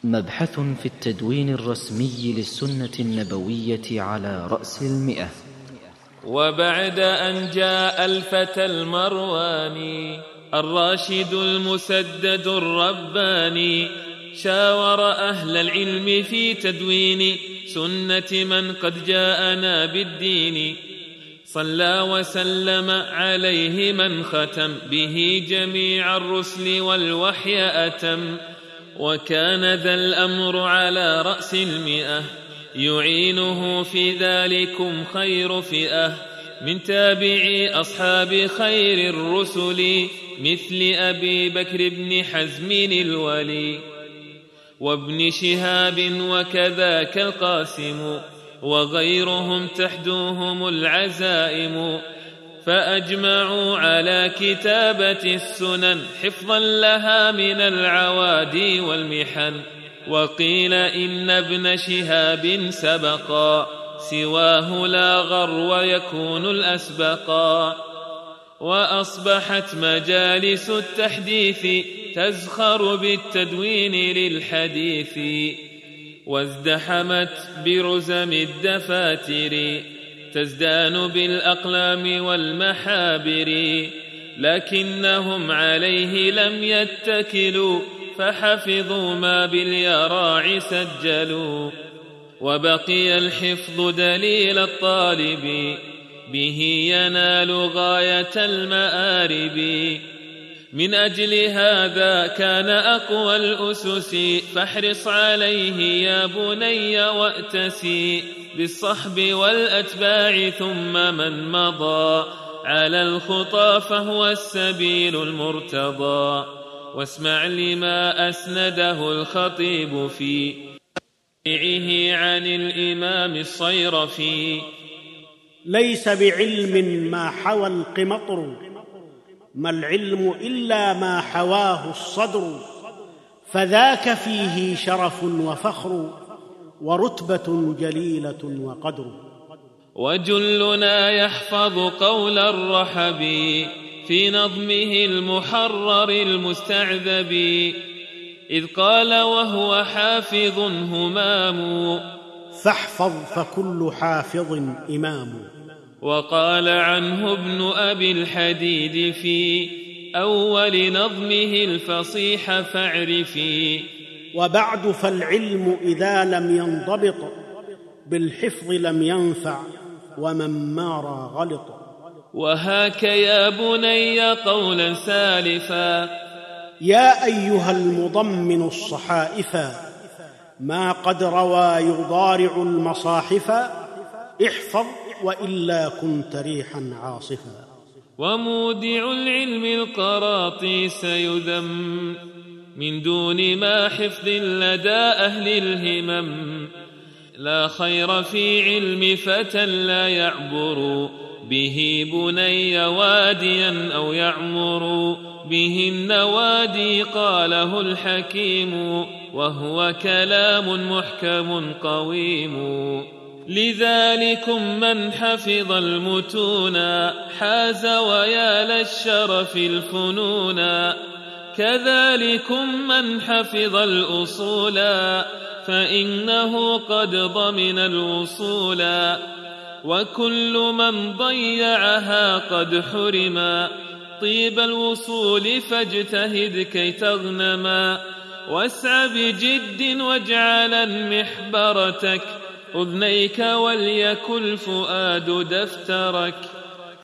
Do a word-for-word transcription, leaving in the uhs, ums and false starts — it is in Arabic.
مبحث في التدوين الرسمي للسنة النبوية على رأس المئة. وبعد أن جاء الفتى المرواني الراشد المسدد الرباني شاور أهل العلم في تدوين سنة من قد جاءنا بالدين، صلى وسلم عليه من ختم به جميع الرسل والوحي أتم، وكان ذا الأمر على رأس المئة يعينه في ذلكم خير فئة من تابعي أصحاب خير الرسل مثل أبي بكر بن حزم الولي وابن شهاب وكذاك القاسم وغيرهم تحدوهم العزائم، فأجمعوا على كتابة السنن حفظا لها من العوادي والمحن. وقيل إن ابن شهاب سبقا سواه لا غر ويكون الأسبقا، وأصبحت مجالس التحديث تزخر بالتدوين للحديث، وازدحمت برزم الدفاتر تزدان بالأقلام والمحابر، لكنهم عليه لم يتكلوا فحفظوا ما باليراع سجلوا، وبقي الحفظ دليل الطالب به ينال غاية المآرب. من أجل هذا كان أقوى الأسس فاحرص عليه يا بني وأتسي بالصحب والأتباع ثم من مضى على الخطى فهو السبيل المرتضى. واسمع لما أسنده الخطيب في عن الإمام الصيرفي: ليس بعلم ما حوى القمطر، ما العلم إلا ما حواه الصدر، فذاك فيه شرف وفخر ورتبة جليلة وقدر. وجلنا يحفظ قول الرحب في نظمه المحرر المستعذب، إذ قال وهو حافظ همام فاحفظ فكل حافظ إمام. وقال عنه ابن أبي الحديد في أول نظمه الفصيح فاعرفي: وبعد فالعلم إذا لم ينضبط بالحفظ لم ينفع ومن مار غلط. وهاك يا بني قولا سالفا: يا أيها المضمن الصحائفا، ما قد روى يضارع المصاحف، احفظ وإلا كنت ريحا عاصفا. ومودع العلم القراطيس يذم من دون ما حفظ لدى أهل الهمم، لا خير في علم فتى لا يعبر به بني واديا أو يعمر به النوادي، قاله الحكيم وهو كلام محكم قويم. لذلكم من حفظ المتون حاز ويا للشرف الفنون، كذلكم من حفظ الأصول فإنه قد ضمن الوصول، وكل من ضيعها قد حرما طيب الوصول، فاجتهد كي تغنما. واسع بجد واجعلا محبرتك أذنيك وليكن الفؤاد دفترك.